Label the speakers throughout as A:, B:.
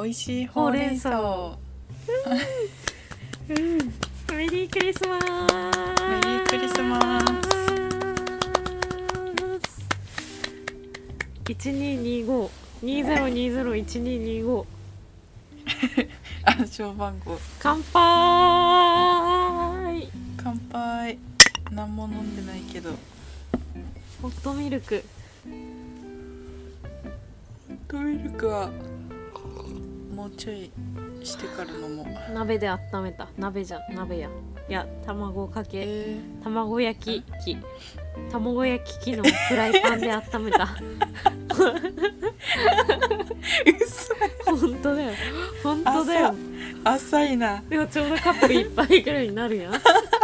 A: 美味しいほうれん草。
B: メリークリスマス。
A: メリークリスマス。
B: 1225-2020-1225
A: 暗証番号。
B: 乾杯。
A: 乾杯。何も飲んでないけど。
B: ホットミルク。
A: ホットミルクはもうちょいしてから飲もう。
B: 鍋で温めた。鍋や。いや、卵かけ、卵焼き器。卵焼き器のフライパンで温めた。本当だよ。本当だよ。
A: 浅いな。
B: でもちょうどカップ一杯ぐらいになるやん。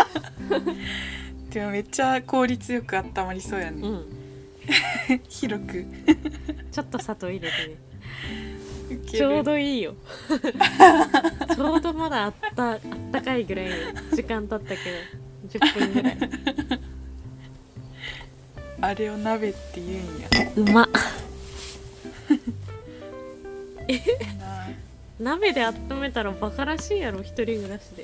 A: でもめっちゃ効率よく温まりそうやね。
B: うん。
A: 広く。
B: ちょっと砂糖入れてね。
A: ち
B: ちょうどいいよ。ちょうどまだあったかいぐらいの時間経ったけど10分ぐらい。
A: あれを鍋って言うんや。
B: うまっ。
A: いいな。
B: 鍋で温めたらバカらしいやろ、一人暮らしで。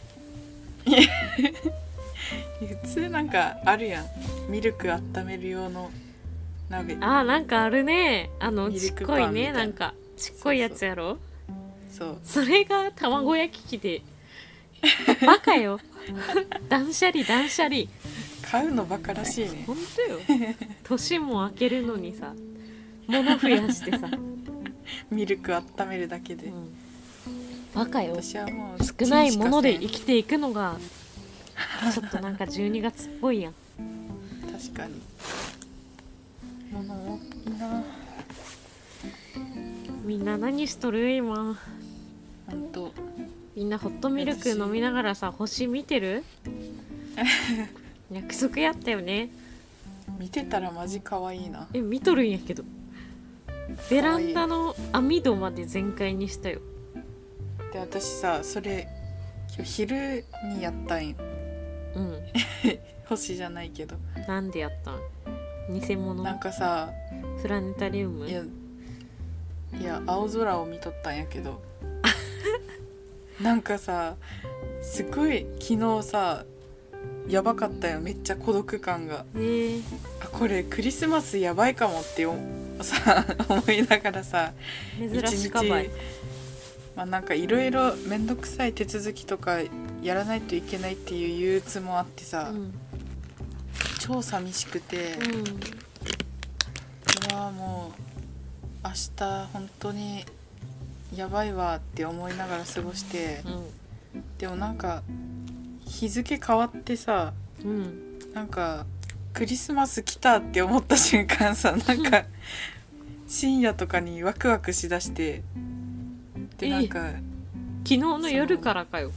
A: 普通なんかあるやん、ミルク温める用の鍋。
B: あー、なんかあるね。ちっ
A: ミルク
B: こいね。
A: パンみたいな
B: なんかちっこいやつやろ。
A: そう
B: それが卵焼き器で。バカよ。断捨離。
A: 買うのバカらしいね。
B: ほんとよ。年も明けるのにさ、物増やしてさ、
A: ミルク温めるだけで、
B: バカよ。
A: 私はもう
B: 少ないもので生きていくのがちょっとなんか12月っぽいやん。
A: 確かに物多いな。
B: みんな何しとる今。
A: ほんと
B: みんなホットミルク飲みながらさ、星見てる？約束やったよね。
A: 見てたらマジ可愛いな。
B: 見とるんやけど、ベランダの網戸まで全開にしたよ。
A: で私さ、それ今日昼にやったんよ。
B: うん。
A: 星じゃないけど。
B: なんでやったん？偽物？
A: なんかさ、
B: プラネタリウム？
A: いや青空を見とったんやけどなんかさ、すごい昨日さ、やばかったよ。めっちゃ孤独感が。あ、これクリスマスやばいかもってさ思いながらさ、
B: 珍しかばい。
A: まあなんかいろいろめんどくさい手続きとかやらないといけないっていう憂鬱もあってさ、超寂しくて、うわもう明日本当にやばいわって思いながら過ごして、でもなんか日付変わってさ、なんかクリスマス来たって思った瞬間さ、なんか深夜とかにワクワクしだして、でなんか
B: 昨日の夜からかよ。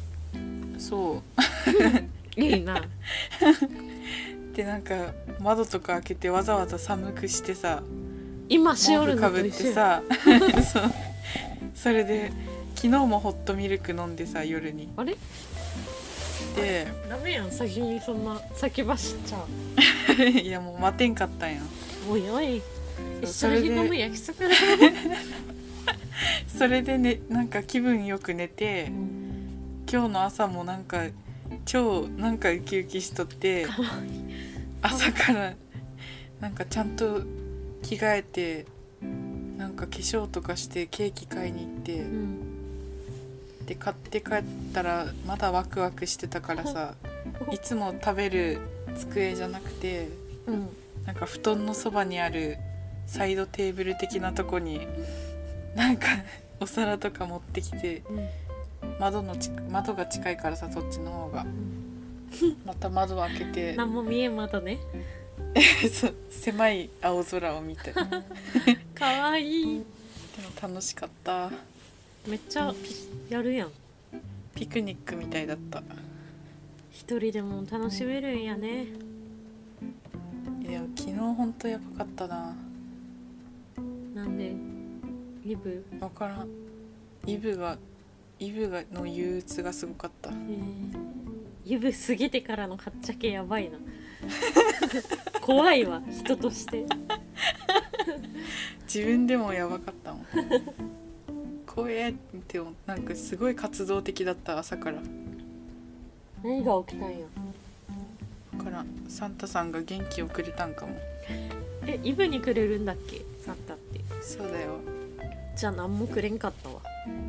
A: そう
B: いいな。
A: でなんか窓とか開けてわざわざ寒くしてさ、
B: 今しおる
A: 毛布かぶっ
B: のと一緒
A: てさそれで昨日もホットミルク飲んでさ、夜に。
B: あれ
A: で
B: ダメやん、先にそんな先走っちゃう。
A: いやもう待てんかったんや。
B: おいおい、一
A: それで
B: 緒に飲む約束だ。
A: それでね、なんか気分よく寝て、今日の朝もなんか超なんかウキウキしとって、朝からなんかちゃんと着替えて、なんか化粧とかしてケーキ買いに行って、で買って帰ったらまだワクワクしてたからさ、いつも食べる机じゃなくて、なんか布団のそばにあるサイドテーブル的なとこになんかお皿とか持ってきて、窓が近いからさ、そっちの方が、また窓を開けて
B: 何も見えん窓ね。
A: そう、狭い青空を見て
B: かわいい。
A: でも楽しかった。
B: めっちゃやるやん。
A: ピクニックみたいだった。
B: 一人でも楽しめるんやね。
A: いや昨日ほんとやばかったな。
B: なんで？イブ？
A: 分からん。イブがの憂鬱がすごかった。
B: イブ過ぎてからのはっちゃけやばいな。怖いわ、人として。
A: 自分でもやばかったもん。 怖えってなんかすごい活動的だった朝から。
B: 何が起きたんや。
A: だからサンタさんが元気をくれたんかも。
B: イブにくれるんだっけサンタって。
A: そうだよ。
B: じゃあ何もくれんかったわ。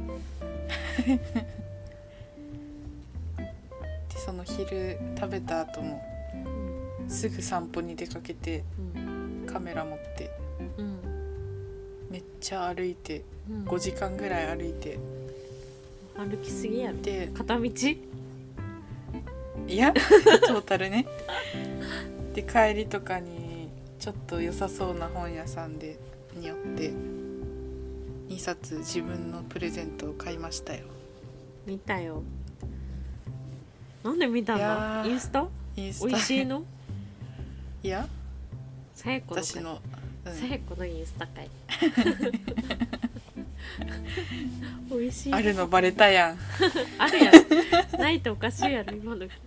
A: でその昼食べた後もすぐ散歩に出かけて、カメラ持って、めっちゃ歩いて、5時間ぐらい歩いて。
B: 歩きすぎやろ。
A: で
B: 片道？
A: いやトータルね。で帰りとかにちょっと良さそうな本屋さんに寄って2冊自分のプレゼントを買いましたよ。
B: 見たよ。なんで見たんだ？インスタ？
A: インスタ
B: 美味しいの？
A: いや
B: さやこの
A: 私の、
B: さやこのインスタかい。美味しい。
A: あるのバレたやん。
B: あるやん。ないとおかしいやろ今の。い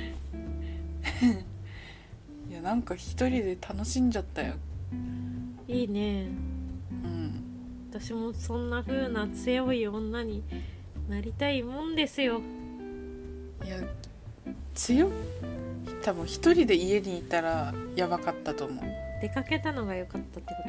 A: やなんか一人で楽しんじゃったよ。
B: いいね。私もそんな風な強い女になりたいもんですよ。
A: いや多分一人で家にいたらやばかったと思う。
B: 出かけたのが良かったってこと？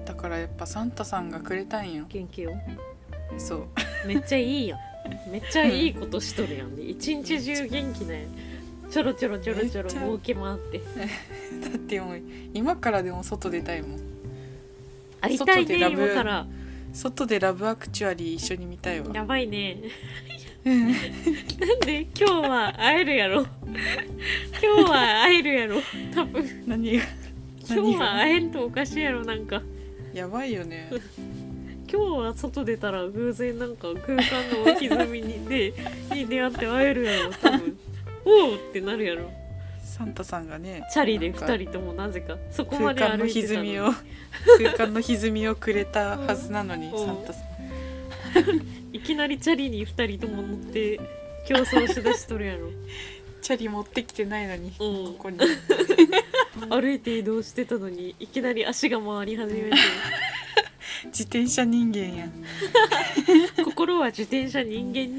A: だからやっぱサンタさんがくれたんよ。
B: 元気よ。
A: そう
B: めっちゃいいやん。めっちゃいいことしとるやんで、一日中元気ね。ちょろちょろ動き回って。
A: だってもう今からでも外出たいもん。
B: 会いたいね今から。
A: 外でラブアクチュアリー一緒に見たいわ。
B: やばいね。なんで今日は会えるやろ。今日は会えるやろ多分。
A: 何が
B: 今日は会えんとおかしいやろ。なんか
A: やばいよね。
B: 今日は外出たら偶然なんか空間の歪みに出会って会えるやろ多分。おおってなるやろ。
A: サンタさんがね
B: チャリで2人ともなぜかそこまで歩いてたのに
A: 空間の歪みをくれたはずなのに、サンタさん
B: いきなりチャリに2人とも乗って競争しだしとるやろ。
A: チャリ持ってきてないのに、ここに
B: 歩いて移動してたのにいきなり足が回り始めて。
A: 自転車人間やん。
B: 心は自転車人間。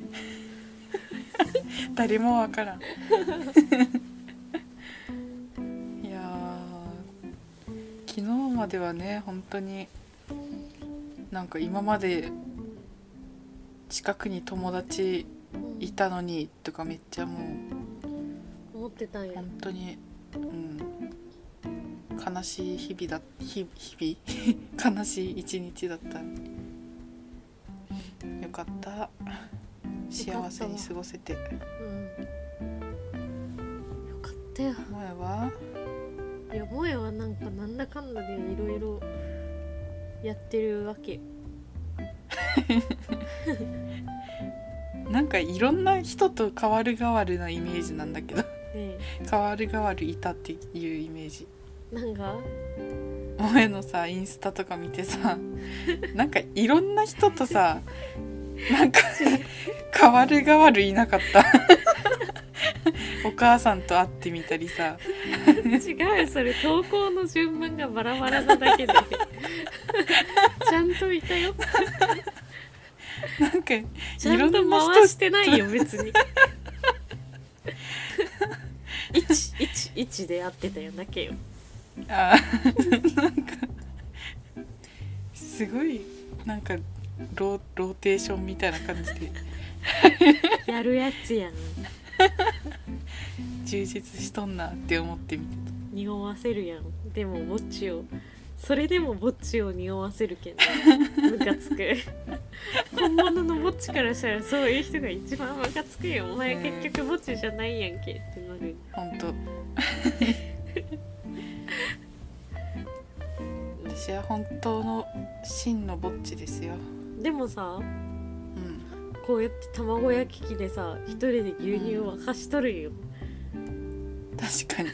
A: 誰もわからん。いや昨日まではね本当になんか今まで近くに友達いたのにとかめっちゃも
B: う思ってたんや。
A: 本当に、悲しい日々悲しい一日だった。よかった。幸せに過ごせて。よ
B: かったよ。萌えはなんかなんだかんだでいろいろやってるわけ。
A: なんかいろんな人と変わる変わるなイメージなんだけど、変わる変わるいたっていうイメージ。
B: なんか
A: 萌えのさインスタとか見てさなんかいろんな人とさなんか変わる変わるいなかったお母さんと会ってみたりさ。
B: 違う、それ投稿の順番がバラバラなだけでちゃんといたよ。
A: なんか
B: ちゃんと回してないよ別に。1で会ってたよだけよ。
A: なんかすごいなんかローテーションみたいな感じで
B: やるやつやん。
A: 充実しとんなって思ってみてた。
B: 匂わせるやん。でもぼっちをそれでもぼっちを匂わせるけどムカつく。本物のぼっちからしたらそういう人が一番ムカつくよ。お前結局ぼっちじゃないやんけってなる。
A: ほんと私は本当の真のぼっちですよ。
B: でもさ、こうやって卵焼き器でさ一人で牛乳沸かしとるよ。
A: 確かに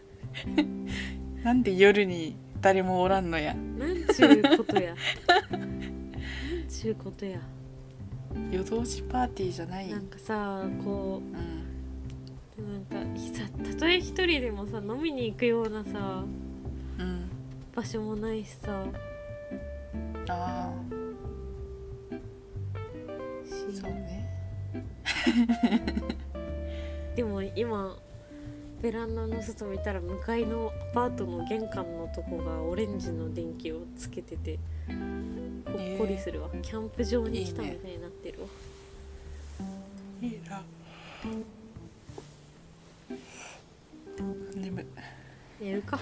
A: なんで夜に誰もおらんのや。
B: なんちゅうことや。なんちゅうことや。
A: 夜通しパーティーじゃない。
B: なんかさこう、なんかさたとえ一人でもさ飲みに行くようなさ、場所もないしさ。 しい。
A: そうね。
B: でも今ベランダの外見たら向かいのアパートの玄関のとこがオレンジの電気をつけててほっこりするわ、キャンプ場に来たみたいになってるわ。
A: いいな。眠い。
B: 寝るか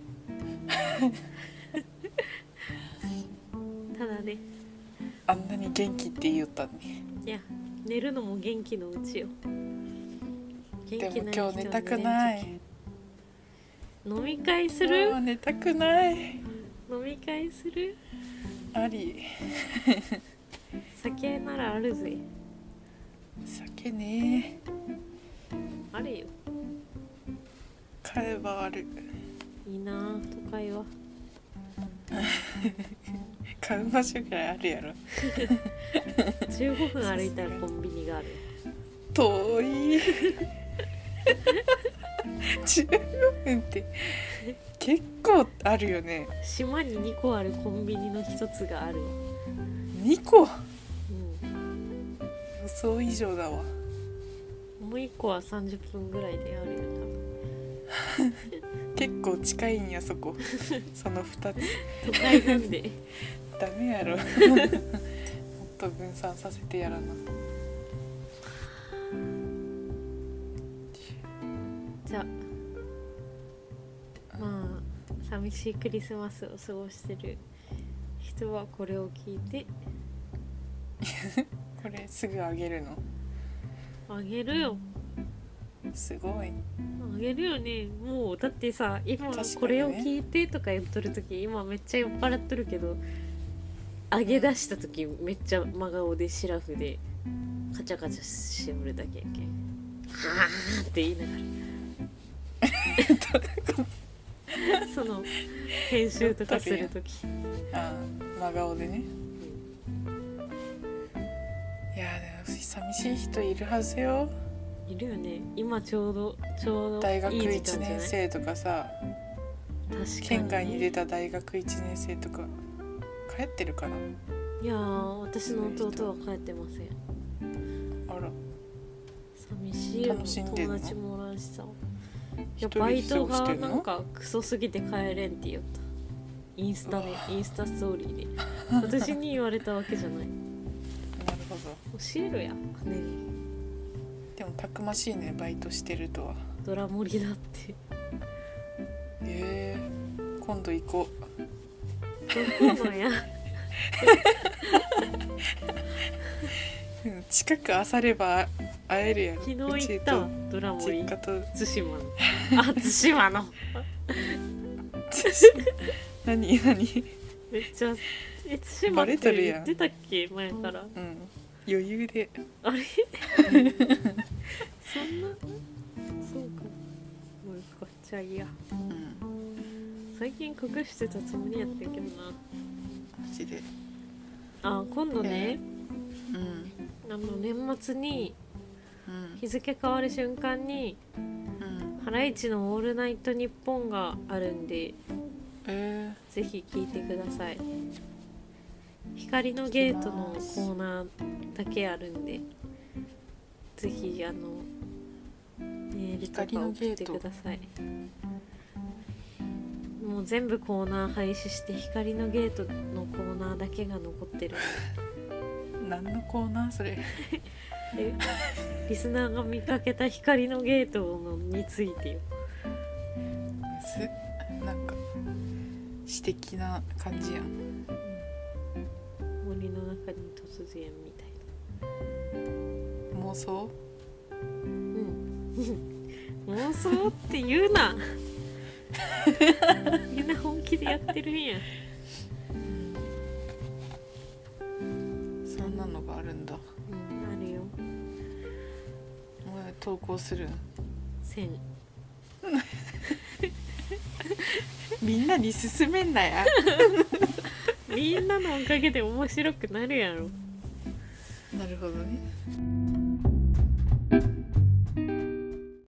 B: ただね、
A: あんなに元気って言いよったね。
B: いや寝るのも元気のうちよ。元
A: でも
B: 気ない
A: 今日寝たくない。
B: 飲み会する？
A: もう寝たくない。
B: 飲み会する？
A: あり。
B: 酒ならあるぜ。
A: 酒ね。
B: あるよ。
A: 買えばある。
B: いいな都会は。
A: 買う場所ぐらいあるやろ。
B: 15分歩いたらコンビニがある。
A: 遠い。15分って結構あるよね。
B: 島に2個あるコンビニの1つがある。
A: 2個？
B: うん。
A: 予想以上だわ。
B: もう1個は30分ぐらいであるよ多分。
A: 結構近いんやそこ。その2つ。
B: 都会なんで。
A: ダメやろ。もっと分散させてやらな。
B: じゃあまあ寂しいクリスマスを過ごしてる人はこれを聞いて。
A: これすぐあげるの？
B: あげるよ。
A: すごい。
B: あげるよね。もうだってさ今これを聞いてとか言っとる時今めっちゃ酔っ払っとるけど、あげ出した時めっちゃ真顔でシラフでカチャカチャしおるだけやけん。はーって言いながら。その編集とかするとき、
A: ああ、真顔でね。いやでも寂しい人いるはずよ。
B: いるよね。今ちょうど
A: 大学
B: いい時間
A: 1
B: じゃない？
A: 年生とかさ、
B: 確かに、ね、
A: 県外に出た大学1年生とか帰ってるかな。
B: いやー私の弟は帰ってません。
A: あら、
B: 寂しいよ。
A: 楽しんでんの？
B: 友達もおらんしさ。いや
A: 一人
B: バイト
A: 過ごしてんの？
B: がなんかクソすぎて帰れんって言った。インスタストーリーで。私に言われたわけじゃない。
A: なるほど。
B: 教えろや姉に。
A: でもたくましいね、バイトしてるとは。
B: ドラ盛りだって。
A: 今度行こ
B: どこのや。
A: う。近くあされば会えるやろ。
B: 昨日行ったわドラ盛り。
A: 実家と
B: 対馬の。あ、対馬の。
A: 何
B: めっちゃ対馬って言ってたっけ前から。
A: うん、余裕で。
B: あれそんなそうかもう一個じゃあいいや、
A: うん、
B: 最近隠してたつもりやったけどな。
A: マジで。
B: あ、今度ね、
A: うん
B: 年末に
A: うん
B: 日付変わる瞬間に
A: うん
B: ハライチのオールナイトニッポンがあるんで、ぜひ聞いてください。光のゲートのコーナーだけあるんで、ぜひメールとか送ってください。もう全部コーナー廃止して光のゲートのコーナーだけが残ってる。
A: 何のコーナーそれ？
B: リスナーが見かけた光のゲートについてよ。
A: なんか詩的な感じやん。
B: 森の中に突然みたい
A: 妄想？
B: 妄想って言うな。みんな本気でやってるんや。
A: そんなのがあるんだ。
B: あるよ。
A: お前投稿するん？
B: せん。
A: みんなに勧めんなや。
B: みんなのおかげで面白くなるやろ。
A: なるほどね。